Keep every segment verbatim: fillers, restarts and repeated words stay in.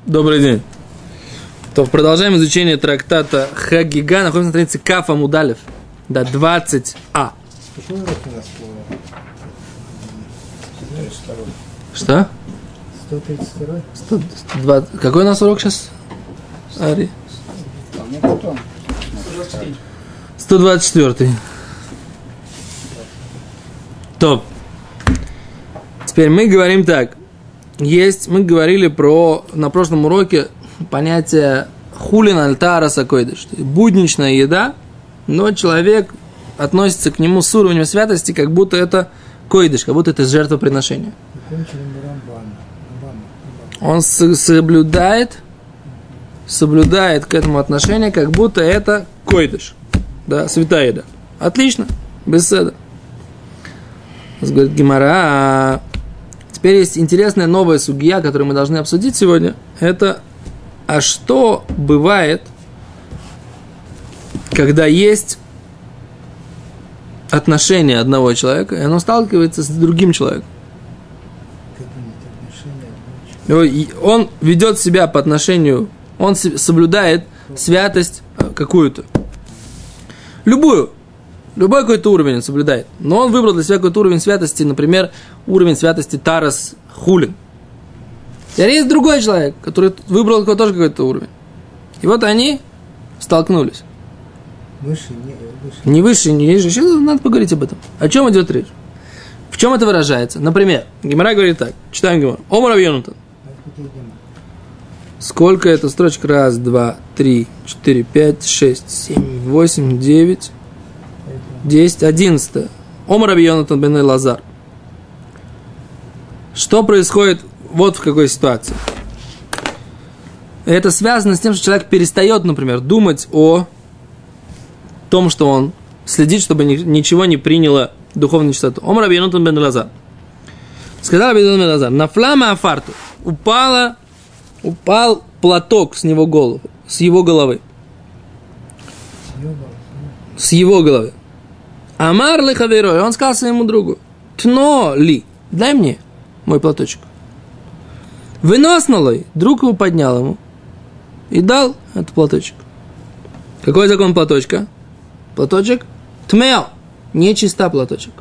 Добрый день. То продолжаем изучение трактата Хагига. Находимся на странице Каф Амуд Алеф. Да, двадцать А. Почему уроки у нас по сто тридцать два? Что? сто тридцать два? сто, сто двадцать. Какой у нас урок сейчас? Ари? А мне потом. сто двадцать четвёртый. Топ. Теперь мы говорим так. Есть, мы говорили про, на прошлом уроке, понятие хулин альтара сакойдыш. Будничная еда, но человек относится к нему с уровнем святости, как будто это койдыш, как будто это жертвоприношение. Он соблюдает, соблюдает к этому отношение, как будто это койдыш. Да, святая еда. Отлично, беседа. Говорит Гемара. Теперь есть интересная новая сугия, которую мы должны обсудить сегодня. Это, а что бывает, когда есть отношение одного человека, и оно сталкивается с другим человеком. Он ведет себя по отношению, он соблюдает святость какую-то. Любую. Любой какой-то уровень он соблюдает. Но он выбрал для себя какой-то уровень святости, например, уровень святости Тарас Хулин. Теперь есть другой человек, который выбрал тоже какой-то уровень. И вот они столкнулись. Выше, не выше. Не выше, не ниже. Сейчас надо поговорить об этом. О чем идет речь? В чем это выражается? Например, Гемара говорит так. Читаем Гемару. Омар Рав Йонатан. Сколько это строчек? Раз, два, три, четыре, пять, шесть, семь, восемь, девять, десять, одиннадцать. Омар Рав Йонатан бен Элазар. Что происходит вот в какой ситуации? Это связано с тем, что человек перестает, например, думать о том, что он следит, чтобы ничего не приняло духовную чистоту. Омар Рав Йонатан бен Элазар. Сказал Рав Йонатан бен Элазар. На флама афарту упала, упал платок с него головы, с его головы. С его головы. Амар ли хаверой, он сказал своему другу, тно ли, дай мне мой платочек. Выноснулой, друг его поднял ему и дал этот платочек. Какой закон платочка? Платочек тмео, нечиста платочек.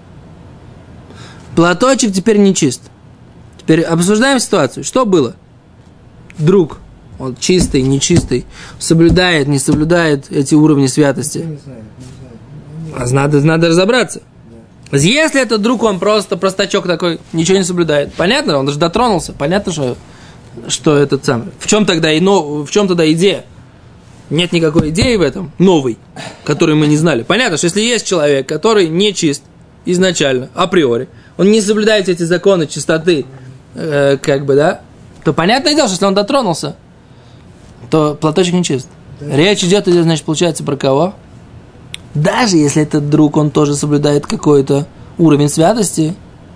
Платочек теперь нечист. Теперь обсуждаем ситуацию. Что было? Друг, он чистый, нечистый, соблюдает, не соблюдает эти уровни святости. Не знаю, не знаю. Надо, надо разобраться. Да. Если этот друг, он просто простачок такой, ничего не соблюдает, понятно, он даже дотронулся, понятно, что, что этот самый. В чем тогда, и, но, в чем тогда идея? Нет никакой идеи в этом, новой, которую мы не знали. Понятно, что если есть человек, который не чист изначально, априори, он не соблюдает эти законы чистоты, э, как бы, да, то понятное дело, что если он дотронулся, то платочек не чист. Да. Речь идет, значит, получается про кого? Даже если этот друг, он тоже соблюдает какой-то уровень святости,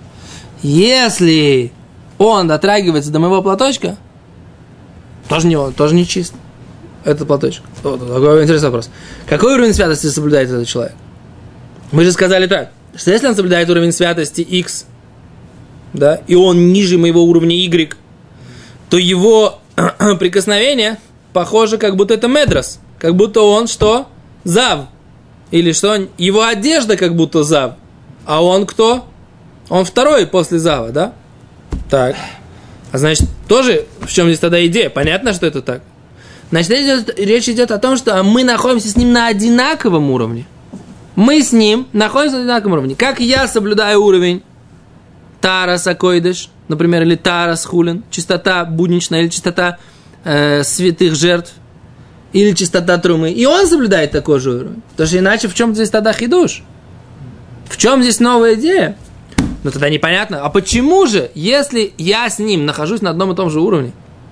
если он дотрагивается до моего платочка, тоже не, тоже не чист этот платочек. Такой интересный вопрос. Какой уровень святости соблюдает этот человек? Мы же сказали так, что если он соблюдает уровень святости X, да, и он ниже моего уровня Y, то его прикосновение похоже, как будто это медрас, как будто он что? Зав. Или что? Его одежда как будто зав. А он кто? Он второй после зава, да? Так. А значит, тоже в чем здесь тогда идея? Понятно, что это так? Значит, речь идет, речь идет о том, что мы находимся с ним на одинаковом уровне. Мы с ним находимся на одинаковом уровне. Как я соблюдаю уровень Тарас Акойдыш, например, или Тарас Хулин, чистота будничная, или чистота э, святых жертв, или чистота трумы. И он соблюдает такой же уровень. Потому что иначе в чем здесь тогда хидуш? В чем здесь новая идея? Ну тогда непонятно. А почему же, если я с ним нахожусь на одном и том же уровне,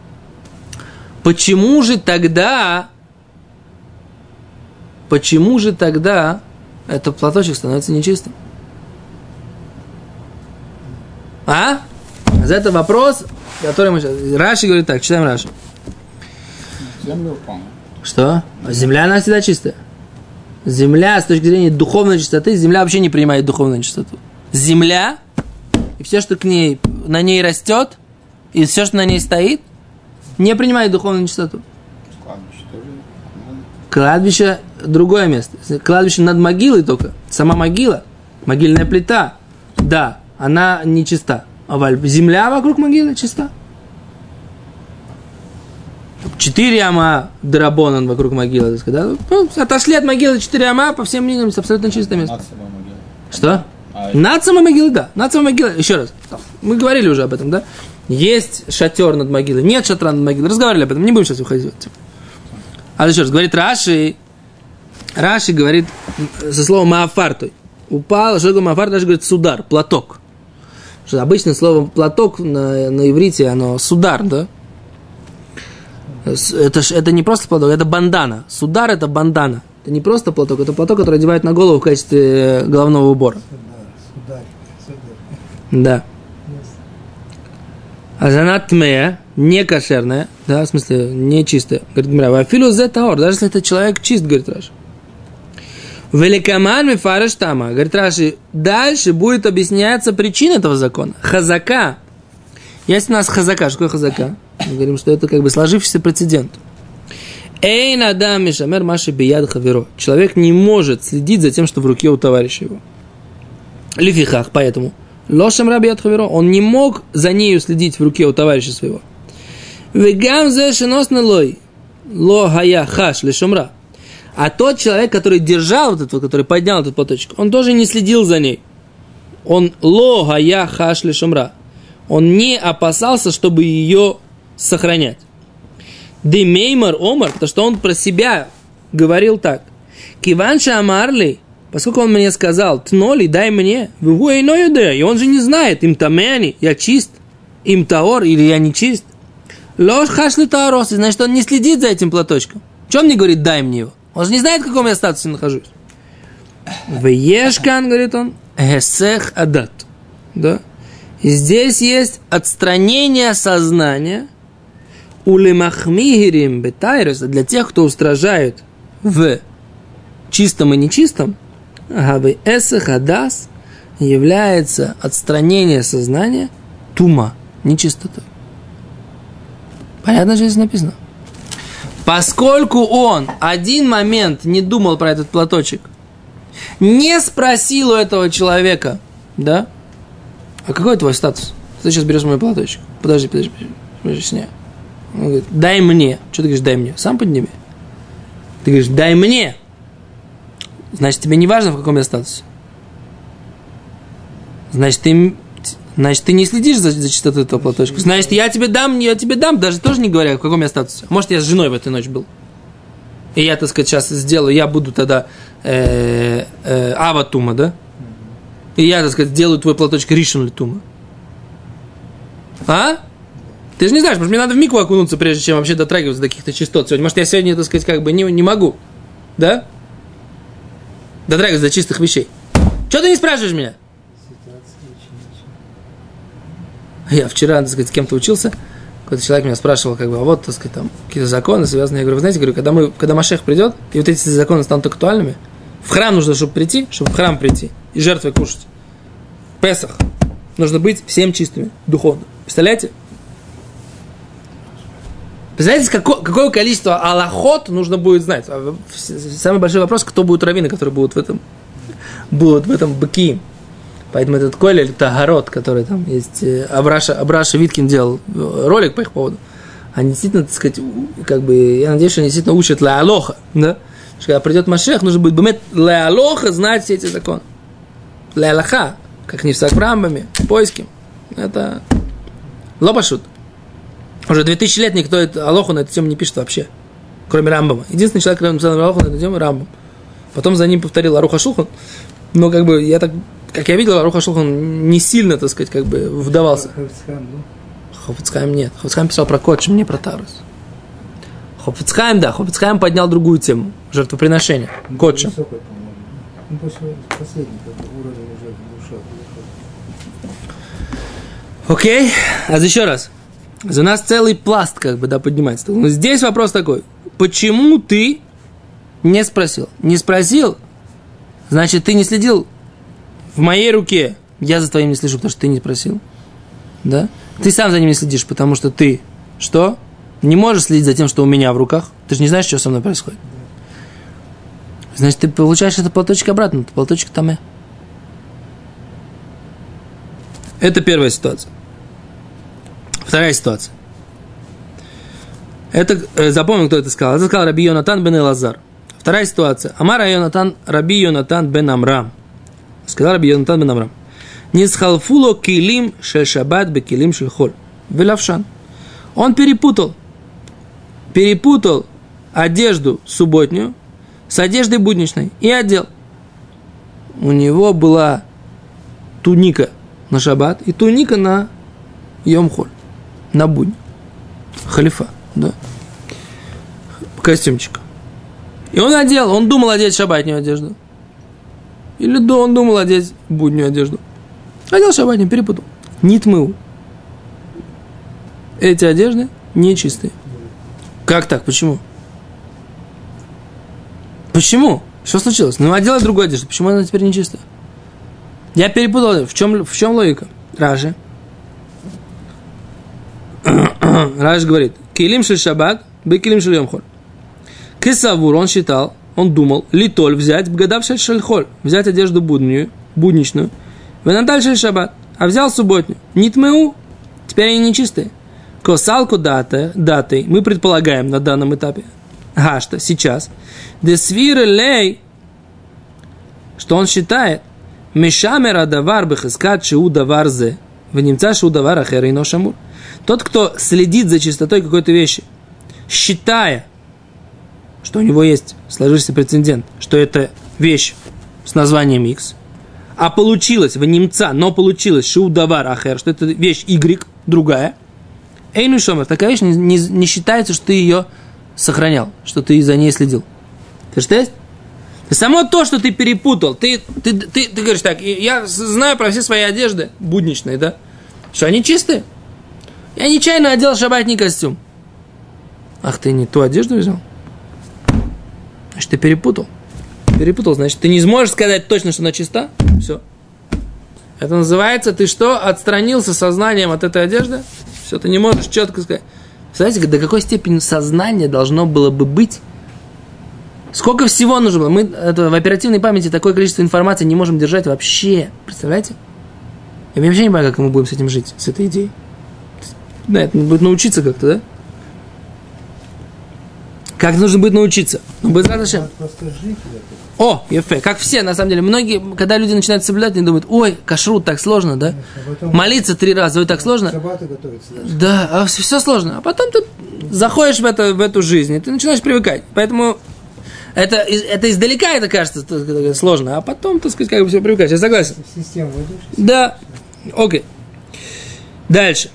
почему же тогда, почему же тогда этот платочек становится нечистым? А? Это вопрос, который мы сейчас... Раши говорит так, читаем Раши. Земля упала. Что? Земля, она всегда чистая. Земля, с точки зрения духовной чистоты, земля вообще не принимает духовную чистоту. Земля, и все, что к ней, на ней растет, и все, что на ней стоит, Не принимает духовную нечистоту. Кладбище тоже. Кладбище – другое место. Кладбище над могилой только. Сама могила, могильная плита, да, она нечиста. А земля вокруг могилы чиста. Четыре ама драбонан вокруг могилы. Так сказать, да? Ну, отошли от могилы четыре ама, по всем мнениям, абсолютно чистое место. Над самой могилой. Что? А, Над самой могилой, да. Над самой могилой. Еще раз. Мы говорили уже об этом, да? Есть шатер над могилой, нет шатра над могилой. Разговаривали об этом, не будем сейчас уходить. А еще раз, говорит Раши. Раши говорит со словом маафартой. Упал, что такое маафар? Раши говорит судар, платок. Что обычно слово платок на, на иврите, оно судар, да? Это, это не просто платок, это бандана. Судар – это бандана. Это не просто платок, это платок, который одевают на голову в качестве головного убора. Сударь, сударь. Да. А занат тмея, не кошерная, да, в смысле, не чистая. Говорит Гмара, вафилу зе таор, даже если этот человек чист, говорит Раши. Великаман мифареш тама, говорит Раши, дальше будет объясняться причина этого закона. Хазака. Есть у нас хазака. Что такое хазака? Мы говорим, что это как бы сложившийся прецедент. Эйн адам мишамер маши бияд хаверо. Человек не может следить за тем, что в руке у товарища его. Лифихах, поэтому. Лошам рабият хаверо. Он не мог за нею следить в руке у товарища своего. Вегам зе шиносный лой. Ло хая хаш лешумра. А тот человек, который держал вот этот, который поднял этот платочек, он тоже не следил за ней. Он ло хая хаш лешумра. Он не опасался, чтобы ее сохранять. Демеймар омар, потому что он про себя говорил так. Киванша амарли, поскольку он мне сказал, тноли, дай мне, и он же не знает, им тамени, я чист, им таор, или я не чист. Лош хашли таорос, значит, он не следит за этим платочком. Что он мне говорит, дай мне его? Он же не знает, в каком я статусе нахожусь. Вешкан, говорит он, эсех адат. Да? И здесь есть отстранение сознания улемахмигирим бетайрус, для тех, кто устражает в чистом и нечистом, габы эсех адас является отстранение сознания тума, нечистотой. Понятно, что здесь написано? Поскольку он один момент не думал про этот платочек, не спросил у этого человека, да, а какой твой статус? Ты сейчас берешь мой платочек. Подожди, подожди, подожди, сняй. Он говорит, дай мне. Что ты говоришь, дай мне? Сам подними. Ты говоришь, дай мне. Значит, тебе не важно, в каком я статусе. Значит, ты, значит, ты не следишь за, за чистотой этого платочка. Значит, я тебе дам, я тебе дам, даже тоже не говоря, в каком я статусе. Может, я с женой в эту ночь был. И я, так сказать, сейчас сделаю, я буду тогда э, э, ава тума, да? И я, так сказать, сделаю твой платочек ришон литума. А? Ты же не знаешь, может, мне надо в микву окунуться, прежде чем вообще дотрагиваться до каких-то частот сегодня. Может, я сегодня, так сказать, как бы не, не могу. Да? Дотрагиваться до чистых вещей. Чего ты не спрашиваешь меня? Я вчера, так сказать, с кем-то учился. Какой-то человек меня спрашивал, как бы, а вот, так сказать, там, какие-то законы связанные. Я говорю, вы знаете, говорю, когда, мы, когда Машех придет, и вот эти законы станут актуальными, в храм нужно, чтобы прийти, чтобы в храм прийти и жертвы кушать. Песах. Нужно быть всем чистыми, духовно. Представляете? Представляете, какое, какое количество алахот нужно будет знать? Самый большой вопрос, кто будут раввины, которые будут в этом, будут в этом баки. Поэтому этот Коля, это огород, который там есть, Абраша, Абраша Виткин делал ролик по их поводу. Они действительно, так сказать, как бы, я надеюсь, что они действительно учат ля алоха, да? Что когда придет Машех, нужно будет бемет ля алоха знать все эти законы. Ля алоха, как не в Сакрамбаме, поиски. Это лопашут. Уже две тысячи лет никто это, алоху на эту тему не пишет вообще, кроме Рамбама. Единственный человек, который написал алоху на эту тему, Рамбам. Потом за ним повторил Аруха Шулхан. Но как бы я так, как я видел, Аруха Шулхан не сильно, так сказать, как бы вдавался. Хофицхайм нет. Хофицхайм писал про Кодшим, не про Тарус. Хофицхайм, да, Хофицхайм поднял другую тему, жертвоприношение, Кодшим. Окей, а еще раз. За нас целый пласт, как бы, да, поднимается. Но здесь вопрос такой. Почему ты не спросил? Не спросил, значит, ты не следил в моей руке. Я за твоим не слежу, потому что ты не спросил. Да? Ты сам за ним не следишь, потому что ты что? не можешь следить за тем, что у меня в руках. Ты же не знаешь, что со мной происходит. Значит, ты получаешь этот платочек обратно. Это платочек тамэ. Это первая ситуация. Вторая ситуация. Это, э, запомнил, кто это сказал. Это сказал Раби Йонатан бен Элазар. Вторая ситуация. Амар Йонатан, Раби Йонатан бен Амрам. Сказал Раби Йонатан бен Амрам. Нисхалфуло килим шель шаббат бе килим шель холь. Велавшан. Он перепутал. Перепутал одежду субботнюю с одеждой будничной и одел. У него была туника на шаббат и туника на йом-холь, на будни. Халифа, да. Костюмчик. И он одел, он думал одеть шаббатнюю одежду. Или да, он думал одеть буднюю одежду. Одел шаббатнюю, перепутал. Нитмыу. Эти одежды нечистые. Как так? Почему? Почему? Что случилось? Ну, одела другую одежду. Почему она теперь нечистая? Я перепутал. В чем, в чем логика? Раши. Раши говорит. Килим шель шаббат, бе килим шель йом холь. Кесавур, он считал, он думал, литоль взять, бгадав шель шель холь. Взять одежду буднюю, будничную. Венаталь шель шаббат. А взял субботнюю. Нитмеу. Теперь они нечистые. Косалку даты, даты, мы предполагаем на данном этапе, гашта, сейчас, десвир лей, что он считает, мешамера давар бехискат шиу давар зе, венемца шиу давар ахер ино шамур. Тот, кто следит за чистотой какой-то вещи, считая, что у него есть сложившийся прецедент, что это вещь с названием X, а получилось венемца, но получилось шиу давар ахер, что это вещь Y, другая, Эйну шомер, такая вещь не, не, не считается, что ты ее сохранял, что ты за ней следил. Ты что есть? Само то, что ты перепутал, ты, ты, ты, ты говоришь так, я знаю про все свои одежды будничные, да, что они чистые. Я нечаянно одел шаббатный костюм. Ах, ты не ту одежду взял? Значит, ты перепутал. Перепутал, значит, ты не сможешь сказать точно, что она чиста. Все. Это называется, ты что, отстранился сознанием от этой одежды? Все, ты не можешь четко сказать. Знаете, до какой степени сознания должно было бы быть? Сколько всего нужно было? Мы это, в оперативной памяти такое количество информации не можем держать вообще. Представляете? Я вообще не понимаю, как мы будем с этим жить, с этой идеей. Да, это будет научиться как-то, да? Как нужно будет научиться? Ну, будет зачем? О, ефе, как все, на самом деле. Многие, когда люди начинают соблюдать, они думают, ой, кашрут так сложно, да? Молиться три раза, ой, так сложно? Да, а все, все сложно. А потом ты заходишь в, это, в эту жизнь, и ты начинаешь привыкать. Поэтому это, это издалека это кажется сложно, а потом, так сказать, как бы все привыкаешь. Я согласен. Да, окей. Дальше.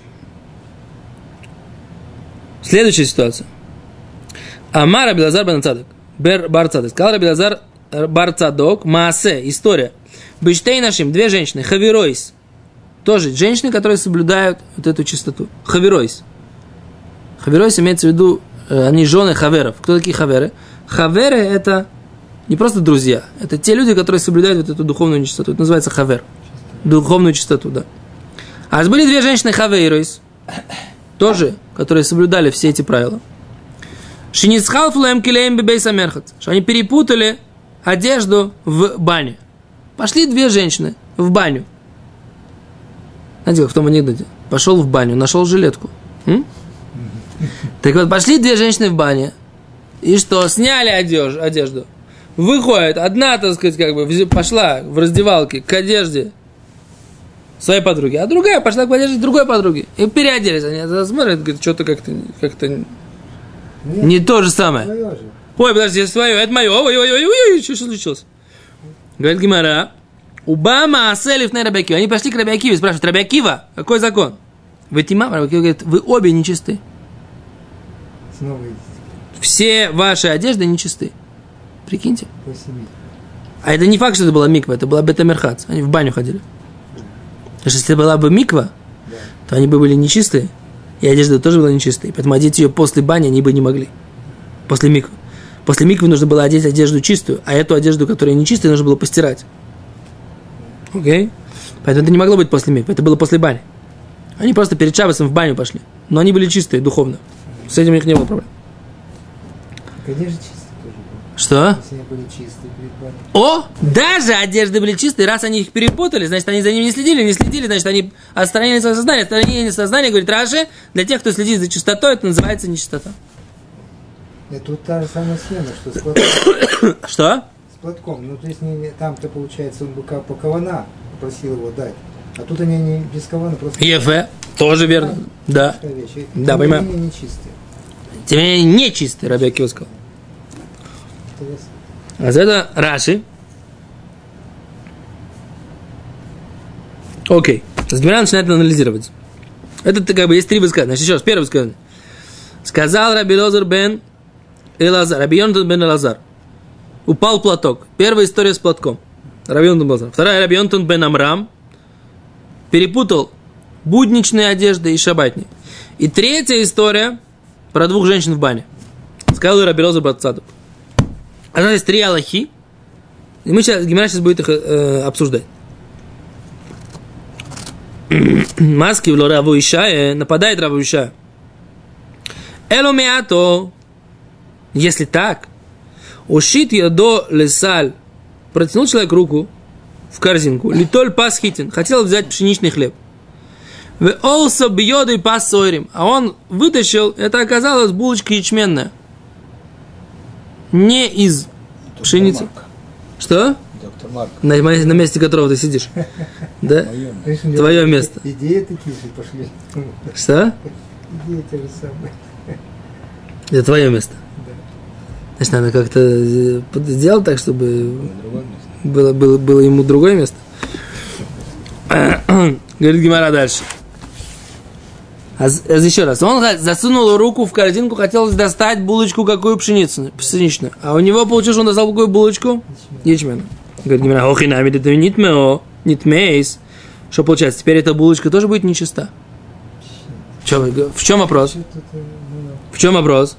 Следующая ситуация. Амар Раби Элазар бен Цадок. Бер бар Цадок. Сказал Раби Элазар бар Цадок. Маасе. История. Бештей нашим. Две женщины. Хавиройс. Тоже женщины, которые соблюдают вот эту чистоту. Хавиройс. Хавиройс имеется в виду, они жены хаверов. Кто такие хаверы? Хаверы это не просто друзья. Это те люди, которые соблюдают вот эту духовную чистоту. Это называется хавер. Духовную чистоту, да. А были две женщины хавейройс. Тоже, которые соблюдали все эти правила. Шиницхалфлэм килеем бебейса мерхат. Что они перепутали одежду в бане. Пошли две женщины в баню. Знаете, как в том анекдоте? Пошел в баню, нашел жилетку. М? Так вот, пошли две женщины в баню. И что? Сняли одежду. одежду. Выходит, одна, так сказать, как бы пошла в раздевалке к одежде своей подруги, а другая пошла к одежде другой подруги. И переоделись. Они смотрят, говорят, что-то как-то, как-то не то же самое. Же. Ой, подожди, это свое, это мое. Ой, ой, ой, ой, ой, что, что случилось? Говорит Гемара, Убама Аселев на Раби Акива. Они пошли к Раби Акиве, спрашивают, Раби Акива, какой закон? Вы тимам, Раби Акива говорит, вы обе нечисты. Все ваши одежды нечисты. Прикиньте. А это не факт, что это была миква, это была бета-мерхац. Они в баню ходили. Потому что если это была бы миква, да, то они бы были нечистые. И одежда тоже была нечистая. Поэтому одеть ее после бани они бы не могли. После миквы. После миквы нужно было одеть одежду чистую, а эту одежду, которая нечистая, нужно было постирать. Окей? Okay? Поэтому это не могло быть после миквы, это было после бани. Они просто перед шаббатом в баню пошли. Но они были чистые духовно. С этим у них не было проблем. Одежда чистая тоже была. Что? Если они были чистые перед баней. О, даже одежды были чистые, раз они их перепутали, значит, они за ними не следили, не следили, значит, они отстранили свое сознание. Отстранение сознания, говорит Раши, для тех, кто следит за чистотой, это называется нечистота. И тут та же самая схема, что с платком. Что? С платком. Ну, то есть, не, не, там-то, получается, он бы по кавана попросил его дать. А тут они не без кавана просто... Ефе, тоже верно. Да. Вещь. Да, понимаю. Тем не менее, не чистые. Тем не менее, не чистый, Раби Акива сказал. Интересно. А за это Раши. Окей. С Гемара начинает анализировать. Это как бы есть три высказания. Значит, еще раз, первое высказание. Сказал Раби Лозар бен Элазар, Раби Йонатан бен Элазар. Упал платок. Первая история с платком. Раби Йонатан бен Элазар. Вторая Раби Йонатан бен Амрам. Перепутал будничные одежды и шабатные. И третья история про двух женщин в бане. Сказал Раби Лозар бен Цадук. А здесь три алахи. И мы сейчас, Гемара сейчас будет их э, обсуждать. Маски в Раву Ишая, нападает Раву Ишая. Эломеато, если так, ушит я до лесаль, протянул человек руку в корзинку, литоль пас хитин, хотел взять пшеничный хлеб. В олса бьёд и пас сойрим, а он вытащил, это оказалось булочка ячменная. Не из пшеницы. Марк. Что? Доктор Марк. На, на месте которого ты сидишь. Да? Твое место. Идеи такие же пошли. Что? Идеи те же самые. Это твое место. Да. Значит, надо как-то сделать так, чтобы было, было, было ему другое место. Говорит Гемара дальше. А, а еще раз. Он засунул руку в корзинку, хотел достать булочку какую пшеницу, пшеничную. А у него получилось, что он достал какую булочку? Ячменную. Говорит Гемара, охинами, это нитмео, нитмейс. Что получается? Теперь эта булочка тоже будет нечиста. В чем, в чем вопрос? В чем вопрос?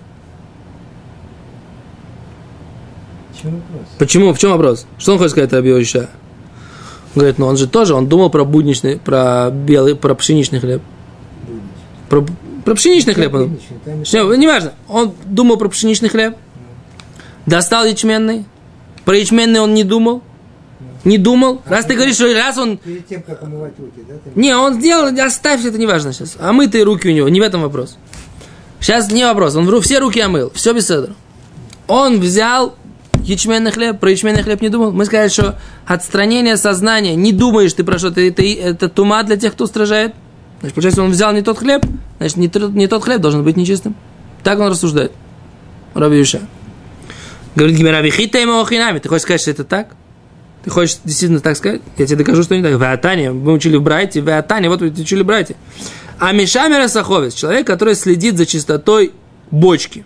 Почему? В чем вопрос? Что он хочет сказать Раби Йошуа? Говорит, ну он же тоже, он думал про будничный, про белый, про пшеничный хлеб. Про, про пшеничный хлеб. Он, все, неважно. Он думал про пшеничный хлеб. Достал ячменный. Про ячменный он не думал. Не думал. Раз ты говоришь, что раз он... Перед тем, как омывать руки, да? Не, он сделал, оставь, это неважно сейчас. Омытые руки у него, не в этом вопрос. Сейчас не вопрос. Он все руки омыл. Все без седра. Он взял ячменный хлеб. Про ячменный хлеб не думал. Мы сказали, что отстранение сознания. Не думаешь ты про что-то. Это, это тума для тех, кто устражает. Значит, получается, он взял не тот хлеб. Значит, не, не тот хлеб должен быть нечистым. Так он рассуждает. Раби Йошуа. Говорит Гемара, вихита ему охинами. Ты хочешь сказать, что это так? Ты хочешь действительно так сказать? Я тебе докажу, что не так. Веатане, мы учили в Брайте, Веатане, вот вы учили в Брайте. А Мишамер Саховец, человек, который следит за чистотой бочки.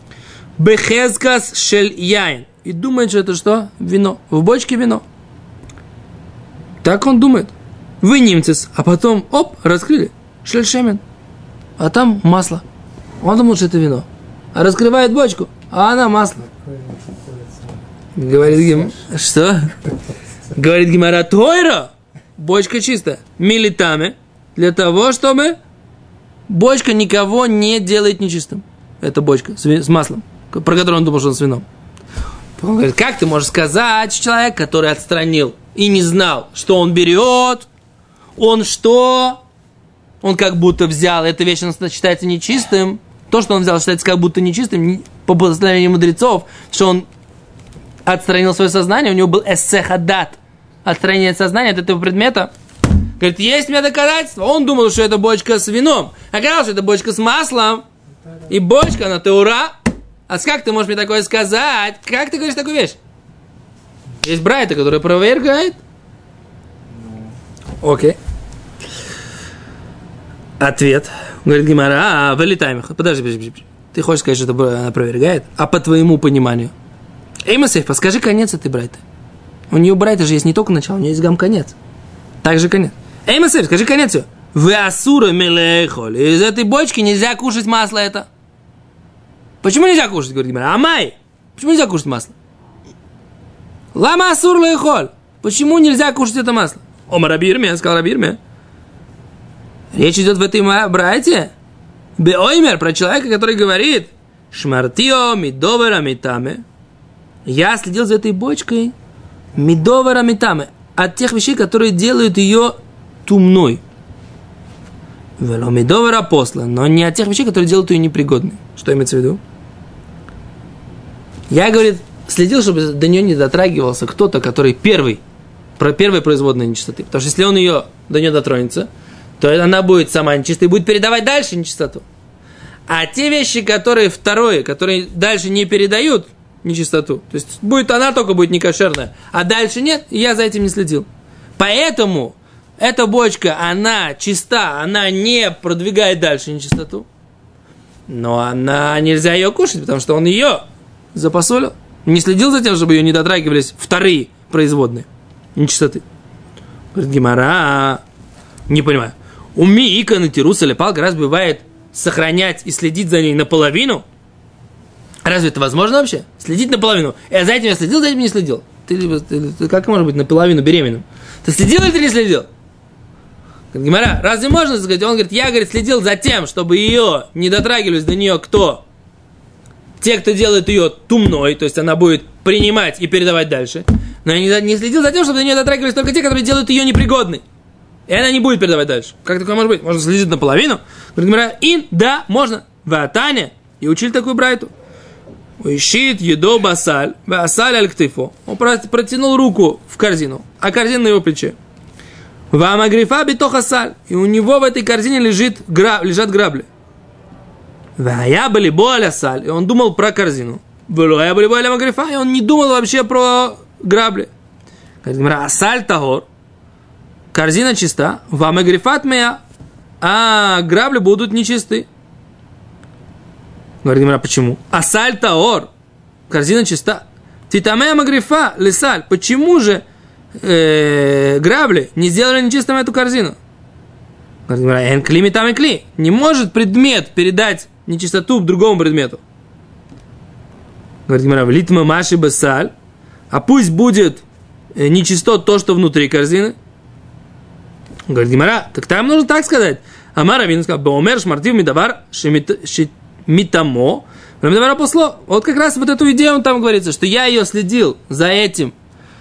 Бехезкас шель яин. И думает, что это что? Вино. В бочке вино. Так он думает. Вы немцес. А потом, оп, раскрыли. Шель шемен. А там масло. Он думал, что это вино. А раскрывает бочку, а она масло. Говорит Гемара, что? Говорит Гемара, тойра, бочка чистая, милитаме, для того, чтобы бочка никого не делает нечистым. Это бочка с, с маслом, про которую он думал, что он с вином. Он говорит, как ты можешь сказать, человек, который отстранил и не знал, что он берет, он что? Он как будто взял, эта вещь она считается нечистым. То, что он взял, считается как будто нечистым, по благословению мудрецов, что он отстранил свое сознание, у него был эссехадат, отстранение сознания от этого предмета. Говорит, есть у меня доказательства. Он думал, что это бочка с вином. Оказалось, что это бочка с маслом. И бочка на теура. А как ты можешь мне такое сказать? Как ты говоришь такую вещь? Есть брайта, который опровергает. Окей. Ответ. Говорит Гемара, а, вылетаем. Подожди, подожди, подожди. Ты хочешь сказать, что это она опровергает? А по твоему пониманию? Эй, Масейфа, скажи конец этой брайты. У нее брайта же есть не только начало, у нее есть гам конец. Также конец. Эй, Масейфа, скажи конец ее. Вы асура мелехоль. Из этой бочки нельзя кушать масло это. Почему нельзя кушать, говорит Гемара? Амай. Почему нельзя кушать масло? Лама асур лехоль. Почему нельзя кушать это масло? Ома Раби Ирмия, сказал Раби Ирмия. Речь идет в этой брайте. Беоймер, про человека, который говорит, шмартио мидовера митаме, я следил за этой бочкой мидовера митаме, от тех вещей, которые делают ее тумной. Вело мидовера посла, но не от тех вещей, которые делают ее непригодной. Что имеется в виду? Я, говорит, следил, чтобы до нее не дотрагивался кто-то, который первый, про первой производной нечистоты. Потому что если он ее, до нее дотронется, то она будет сама нечистая и будет передавать дальше нечистоту. А те вещи, которые второе, которые дальше не передают нечистоту, то есть будет, она только будет некошерная, а дальше нет, я за этим не следил. Поэтому эта бочка, она чиста, она не продвигает дальше нечистоту, но она, нельзя ее кушать, потому что он ее запосолил. Не следил за тем, чтобы ее не дотрагивались вторые производные нечистоты. Говорит Гемара, не понимаю. Уми икон и тирус или палка, раз бывает сохранять и следить за ней наполовину? Разве это возможно вообще? Следить наполовину. Я за этим я следил, за этим не следил. Ты, ты, ты как может быть наполовину беременным? Ты следил или ты не следил? Гемара, разве можно сказать? Он говорит, я, говорит, следил за тем, чтобы ее не дотрагивались до нее кто? Те, кто делает ее тумной, то есть она будет принимать и передавать дальше. Но я не следил за тем, чтобы до нее дотрагивались только те, которые делают ее непригодной. И она не будет передавать дальше. Как такое может быть? Можно следить наполовину? Говорит Гемара, ин, да, можно. Ватане. И учили такую брайту. Уищит едо басаль, басаль аль-ктифо. Он протянул руку в корзину, а корзина на его плече. Вамагрифа битохасаль. И у него в этой корзине лежит, граб, лежат грабли. Вая были боля саль. И он думал про корзину. Вая были боля магрифа. И он не думал вообще про грабли. Говорит Гемара, асаль тагор. Корзина чиста. Вамагрифат мея. А грабли будут нечисты. Говорит Гемара, почему? Асаль таор. Корзина чиста. Титамея магрифа лисаль. Почему же э, грабли не сделали нечистым эту корзину? Говорит Гемара, эн кли метам и кли. Не может предмет передать нечистоту другому предмету. Говорит Гемара, влитма маши басаль. А пусть будет э, нечисто то, что внутри корзины. Говорит Гемара, так там нужно так сказать. Амар Равин сказал, баумер шмартив мидавар шмитамо. Мидавара посло. Вот как раз вот эту идею он там говорится, что я ее следил за этим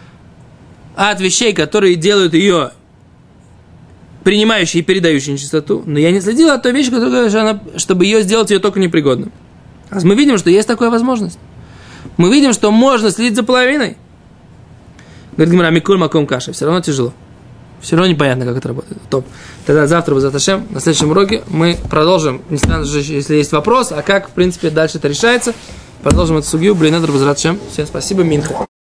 от вещей, которые делают ее принимающей и передающей нечистоту. Но я не следил от той вещи, которая, она, чтобы ее сделать ее только непригодным. А мы видим, что есть такая возможность. Мы видим, что можно следить за половиной. Говорит Гемара, микуль маком каши. Все равно тяжело. Все равно непонятно, как это работает. Топ. Тогда завтра, Бе'эзрат Ашем, на следующем уроке мы продолжим, несмотря на то, если есть вопрос, а как, в принципе, дальше это решается, продолжим эту сугью. Блин, это Бе'эзрат Ашем. Всем спасибо, Минха.